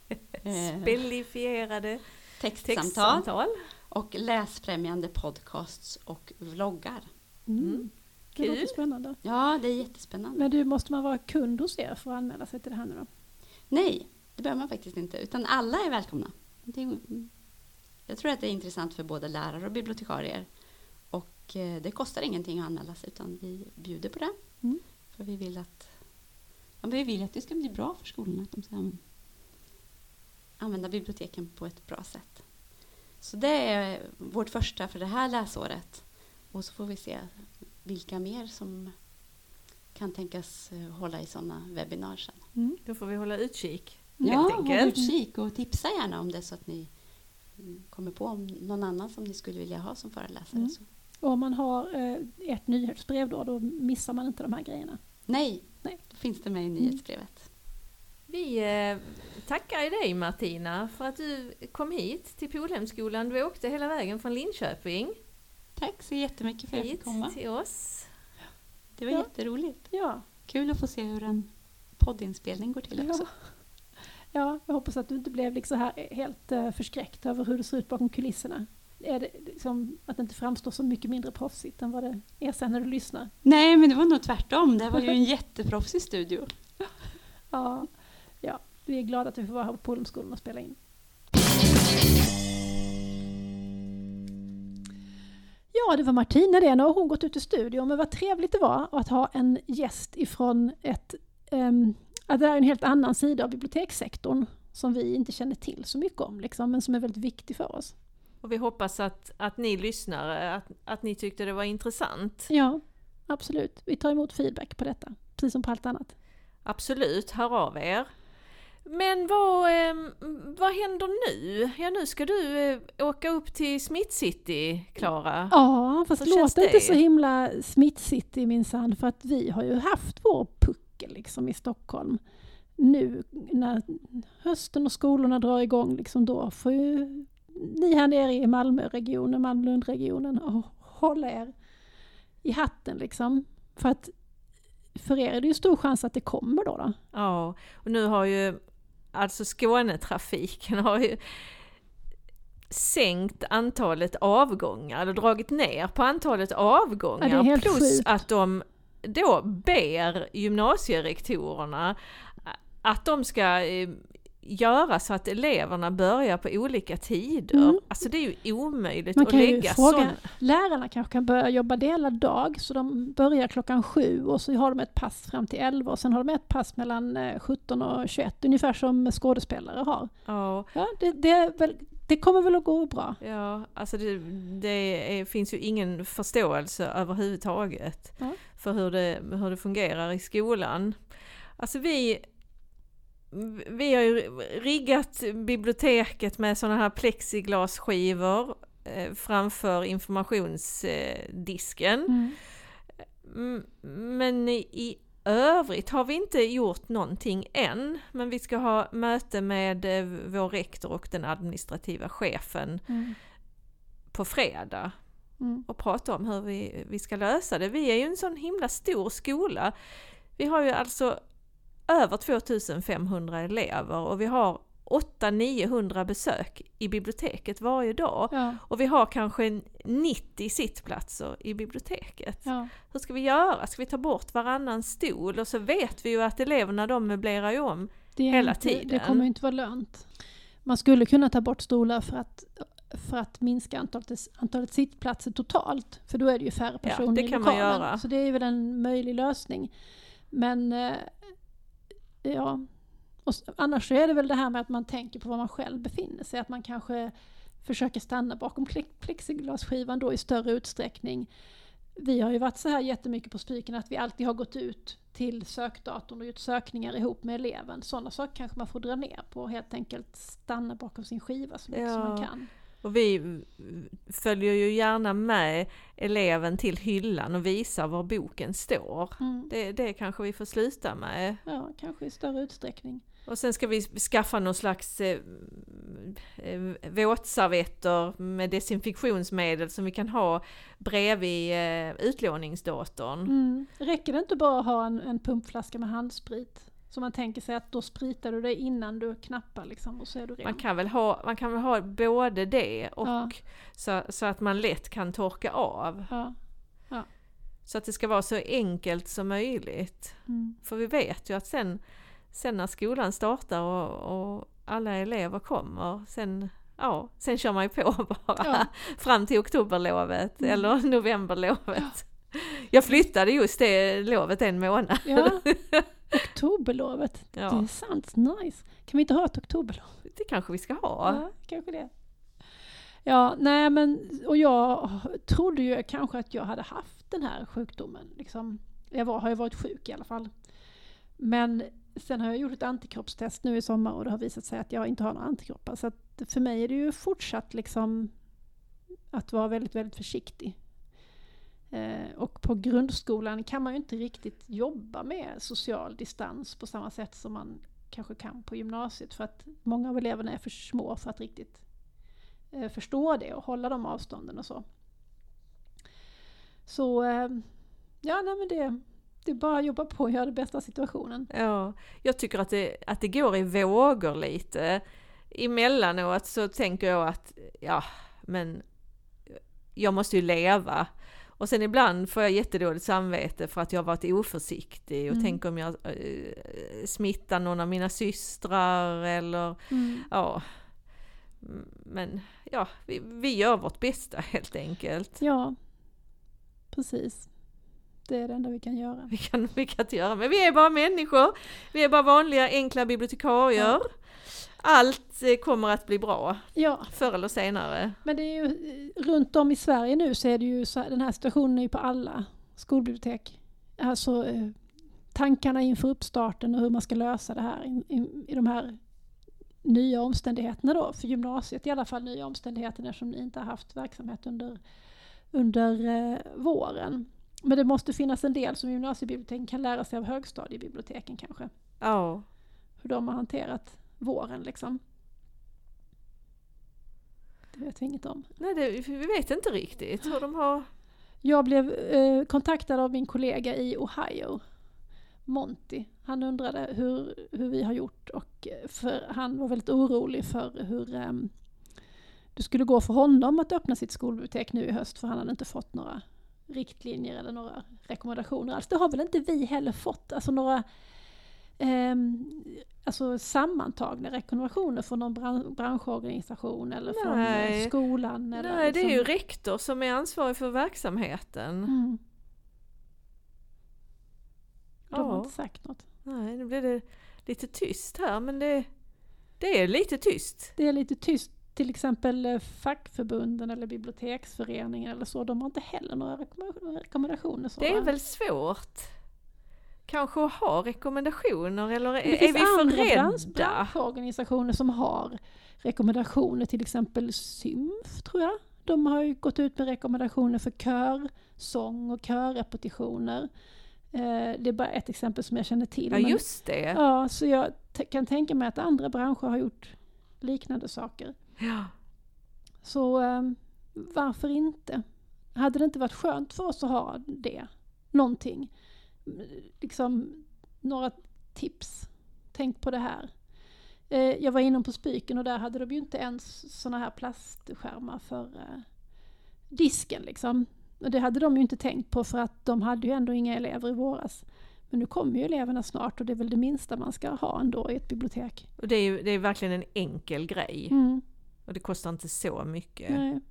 Eh, Spelifierade textsamtal textsamtal. och läsfrämjande podcasts och vloggar. Mm. Mm. Det Kul. låter spännande. Ja, det är jättespännande. Men du, måste man vara kund hos er för att anmäla sig till det här nu då? Nej, det behöver man faktiskt inte, utan alla är välkomna. Det är, jag tror att det är intressant för både lärare och bibliotekarier. Och eh, det kostar ingenting att anmäla sig, utan vi bjuder på det. Mm. För vi vill att ja, men vi vill att det ska bli bra för skolorna, att de ska använda biblioteken på ett bra sätt. Så det är vårt första för det här läsåret. Och så får vi se vilka mer som kan tänkas hålla i sådana webbinar sen. Mm. Då får vi hålla utkik. Ja, helt håll enkelt. utkik och tipsa gärna om det, så att ni kommer på om någon annan som ni skulle vilja ha som föreläsare. Mm. Så. Och om man har eh, ett nyhetsbrev då, då missar man inte de här grejerna. Nej, Nej. då finns det med i nyhetsbrevet. Vi eh, tackar dig, Martina, för att du kom hit till Polhemskolan. Du åkte hela vägen från Linköping Tack så jättemycket för att jag hit fick komma. till oss. Det var Ja. jätteroligt. Ja. Kul att få se hur en poddinspelning går till också. Ja. Ja, jag hoppas att du inte blev liksom här helt uh, förskräckt över hur det ser ut bakom kulisserna. Är det liksom att det inte framstår så mycket mindre proffsigt än vad det är sen när du lyssnar? Nej, men det var nog tvärtom. Det var ju en jätteproffsig studio. Ja, ja, vi är glada att vi får vara här på Polhemskolan och spela in. Ja, det var Martina det. Nu har hon gått ut i studion, men vad trevligt det var att ha en gäst ifrån ett... Um, att det är en helt annan sida av bibliotekssektorn som vi inte känner till så mycket om, liksom, men som är väldigt viktig för oss. Och vi hoppas att, att ni lyssnare, att, att ni tyckte det var intressant. Ja, absolut. Vi tar emot feedback på detta, precis som på allt annat. Absolut, hör av er. Men vad, eh, vad händer nu? Ja, nu ska du eh, åka upp till Smith City, Klara. Ja, fast Hur känns låter inte det? så himla Smith City minsann, för att vi har ju haft vår puckel liksom i Stockholm. Nu när hösten och skolorna drar igång, liksom, då får ju ni här nere i Malmöregionen, Malmö-Lundregionen, och hålla er i hatten liksom. För att för er är det ju stor chans att det kommer då. då. Ja, och nu har ju alltså Skånetrafiken har ju sänkt antalet avgångar eller dragit ner på antalet avgångar, ja, plus sjukt. att de då ber gymnasierektorerna att de ska eh, göra så att eleverna börjar på olika tider. Mm. Alltså det är ju omöjligt Man att kan lägga ju fråga, sån... lärarna kanske kan börja jobba delad dag, så de börjar klockan sju och så har de ett pass fram till elva och sen har de ett pass mellan sjutton och tjugoett, ungefär som skådespelare har. Ja, ja det, det, är väl, det kommer väl att gå bra. Ja, alltså det, det är, finns ju ingen förståelse överhuvudtaget ja. för hur det, hur det fungerar i skolan. Alltså vi... Vi har ju riggat biblioteket med sådana här plexiglasskivor eh, framför informationsdisken. Mm. Men i, i övrigt har vi inte gjort någonting än. Men vi ska ha möte med eh, vår rektor och den administrativa chefen mm. på fredag. Mm. Och prata om hur vi, vi ska lösa det. Vi är ju en sån himla stor skola. Vi har ju alltså över tvåtusen femhundra elever och vi har åtta till niohundra besök i biblioteket varje dag. Ja. Och vi har kanske nittio sittplatser i biblioteket. Ja. Hur ska vi göra? Ska vi ta bort varannan stol? Och så vet vi ju att eleverna de möblerar ju om det hela inte, tiden. Det kommer inte vara lönt. Man skulle kunna ta bort stolar för att, för att minska antalet, antalet sittplatser totalt. För då är det ju färre personer ja, det kan i lokalen. Man göra. Så det är väl en möjlig lösning. Men... Ja, och annars så är det väl det här med att man tänker på var man själv befinner sig. Att man kanske försöker stanna bakom plexiglasskivan då i större utsträckning. Vi har ju varit så här jättemycket på Spiken att vi alltid har gått ut till sökdatorn och gjort sökningar ihop med eleven. Sådana saker kanske man får dra ner på, helt enkelt stanna bakom sin skiva så mycket ja. som man kan. Och vi följer ju gärna med eleven till hyllan och visar var boken står. Mm. Det, det kanske vi får sluta med. Ja, kanske i större utsträckning. Och sen ska vi skaffa någon slags eh, eh, våtservetter med desinfektionsmedel som vi kan ha bredvid eh, utlåningsdatorn. Mm. Räcker det inte bara att ha en, en pumpflaska med handsprit? Så man tänker sig att då spritar du det innan du knappar liksom, och så är du ren. Man kan väl ha, man kan väl ha både det och ja. så, så att man lätt kan torka av. Ja. Ja. Så att det ska vara så enkelt som möjligt. Mm. För vi vet ju att sen, sen när skolan startar och, och alla elever kommer, sen, ja, sen kör man ju på bara ja. fram till oktoberlovet mm. eller novemberlovet. Ja. Jag flyttade just det lovet en månad. Ja. Oktoberlovet, ja. Det är sant, nice. Kan vi inte ha ett oktoberlov? Det kanske vi ska ha. Ja, kanske det. Ja, nej men, och jag trodde ju kanske att jag hade haft den här sjukdomen. Liksom. Jag var, har ju varit sjuk i alla fall. Men sen har jag gjort ett antikroppstest nu i sommar och det har visat sig att jag inte har några antikroppar. Så att för mig är det ju fortsatt liksom att vara väldigt, väldigt försiktig. Eh, och på grundskolan kan man ju inte riktigt jobba med social distans på samma sätt som man kanske kan på gymnasiet, för att många av eleverna är för små för att riktigt eh, förstå det och hålla de avstånden och så. Så eh, ja, nej men det, det är bara att jobba på och göra det bästa av situationen. Ja, jag tycker att det, att det går i vågor lite. Emellanåt så tänker jag att ja, men jag måste ju leva. Och sen ibland får jag jättedåligt samvete för att jag har varit oförsiktig och mm. tänker om jag äh, smittar någon av mina systrar eller mm. ja. Men ja, vi, vi gör vårt bästa helt enkelt. Ja, precis. Det är det enda vi kan göra. Vi kan, vi kan inte göra, men vi är bara människor. Vi är bara vanliga, enkla bibliotekarier. Ja. Allt kommer att bli bra, ja. Förr eller senare. Men det är ju, runt om i Sverige nu så är det ju så, den här situationen är ju på alla skolbibliotek. Alltså tankarna inför uppstarten och hur man ska lösa det här i, i, i de här nya omständigheterna då. För gymnasiet i alla fall nya omständigheter eftersom ni inte har haft verksamhet under, under eh, våren. Men det måste finnas en del som gymnasiebiblioteken kan lära sig av högstadiebiblioteken kanske. Ja. Hur de har hanterat våren liksom. Det vet vi inget om. Nej, det, vi vet inte riktigt hur de har... Jag blev eh, kontaktad av min kollega i Ohio, Monty. Han undrade hur, hur vi har gjort och för han var väldigt orolig för hur eh, det skulle gå för honom att öppna sitt skolbibliotek nu i höst, för han hade inte fått några riktlinjer eller några rekommendationer alls. Det har väl inte vi heller fått, alltså några eh, alltså sammantagna rekommendationer från någon bran- branschorganisation eller Nej. från skolan. Eller Nej, det är liksom. ju rektor som är ansvarig för verksamheten. Mm. De Ja. har inte sagt något. Nej, nu blir det lite tyst här, men det, det är lite tyst. Det är lite tyst. Till exempel fackförbunden eller biblioteksföreningen eller så. De har inte heller några rekommendationer. Så. Det är väl svårt kanske att ha rekommendationer, eller är, det är vi för rädda? Det finns andra branschorganisationer som har rekommendationer, till exempel Symf tror jag. De har ju gått ut med rekommendationer för körsång och körrepetitioner. Eh, det är bara ett exempel som jag känner till. Ja, just det. Men, ja, så jag t- kan tänka mig att andra branscher har gjort liknande saker. Ja. Så eh, varför inte? Hade det inte varit skönt för oss att ha det? Någonting. Liksom några tips. Tänk på det här. Eh, jag var inne på Spyken och där hade de ju inte ens såna här plastskärmar för eh, disken liksom. Och det hade de ju inte tänkt på, för att de hade ju ändå inga elever i våras. Men nu kommer ju eleverna snart och det är väl det minsta man ska ha ändå i ett bibliotek. Och det är ju det är verkligen en enkel grej. Mm. Och det kostar inte så mycket. Nej.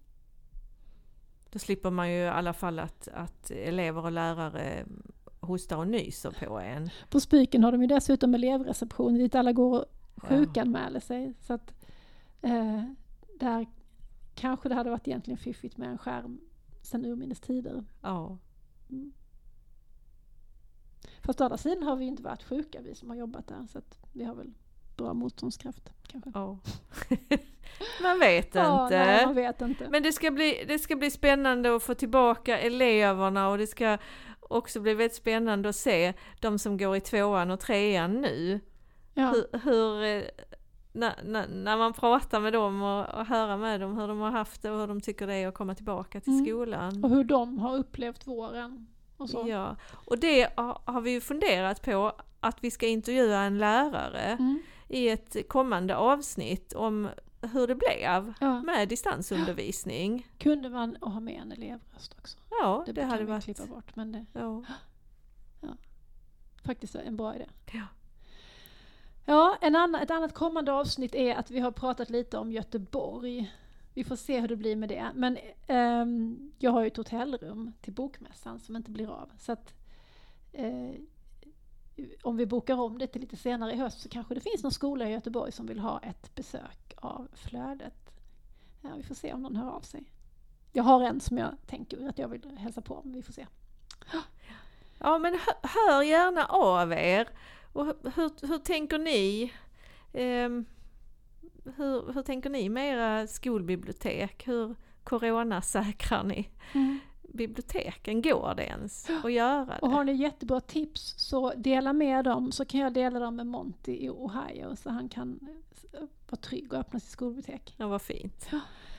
Då slipper man ju i alla fall att, att elever och lärare hostar och nyser på en. På Spyken har de ju dessutom elevreception dit alla går och sjukanmäler sig. Så att eh, där kanske det hade varit egentligen fiffigt med en skärm sen urminnes tider. Ja. Mm. Fast å andra sidan har vi inte varit sjuka, vi som har jobbat där. Så att vi har väl bra motståndskraft kanske. Ja. Man vet Ja, inte. nej, man vet inte. Men det ska, bli, det ska bli spännande att få tillbaka eleverna, och det ska också bli väldigt spännande att se de som går i tvåan och trean nu. Ja. Hur, hur när, när, när man pratar med dem och, och höra med dem hur de har haft det och hur de tycker det är att komma tillbaka till Mm. skolan. Och hur de har upplevt våren och så. Ja, och det har, har vi ju funderat på att vi ska intervjua en lärare Mm. i ett kommande avsnitt om hur det blev Ja. med distansundervisning. Kunde man ha med en elevröst också? Ja, det, Det, det hade kan vi varit klippa bort, men det ja. faktiskt en bra idé. Ja. Ja, en annan, ett annat kommande avsnitt är att vi har pratat lite om Göteborg. Vi får se hur det blir med det. Men ehm, jag har ju ett hotellrum till bokmässan som inte blir av. Så att eh, om vi bokar om det till lite senare i höst så kanske det finns någon skola i Göteborg som vill ha ett besök av Flödet. Ja, vi får se om någon hör av sig. Jag har en som jag tänker att jag vill hälsa på, men vi får se. Ja, men hör, hör gärna av er. Och hur, hur, hur tänker ni? Um, hur, hur tänker ni med era skolbibliotek? Hur coronasäkrar ni Mm. biblioteken? Går det ens att göra det? Och har ni jättebra tips så dela med dem, så kan jag dela dem med Monty i Ohio så han kan vara trygg och öppna sitt skolbibliotek. Ja, vad fint.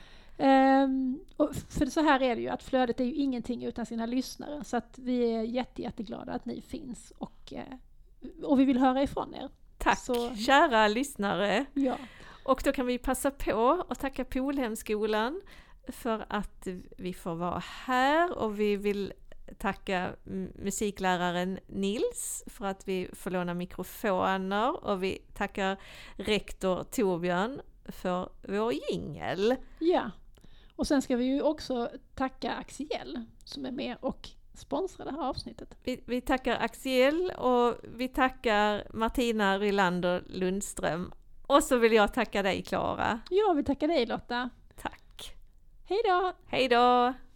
Um, och för så här är det ju, att Flödet är ju ingenting utan sina lyssnare, så att vi är jätte, jätteglada att ni finns och, och vi vill höra ifrån er. Tack, Så, kära lyssnare. ja. Och då kan vi passa på att tacka Polhemskolan för att vi får vara här, och vi vill tacka musikläraren Nils för att vi får låna mikrofoner, och vi tackar rektor Torbjörn för vår jingel. Ja, och sen ska vi ju också tacka Axiell som är med och sponsrar det här avsnittet. Vi, vi tackar Axiell och vi tackar Martina Rylander Lundström. Och så vill jag tacka dig, Klara. Ja, vi tackar dig, Lotta. Tack. Hej då! Hej då!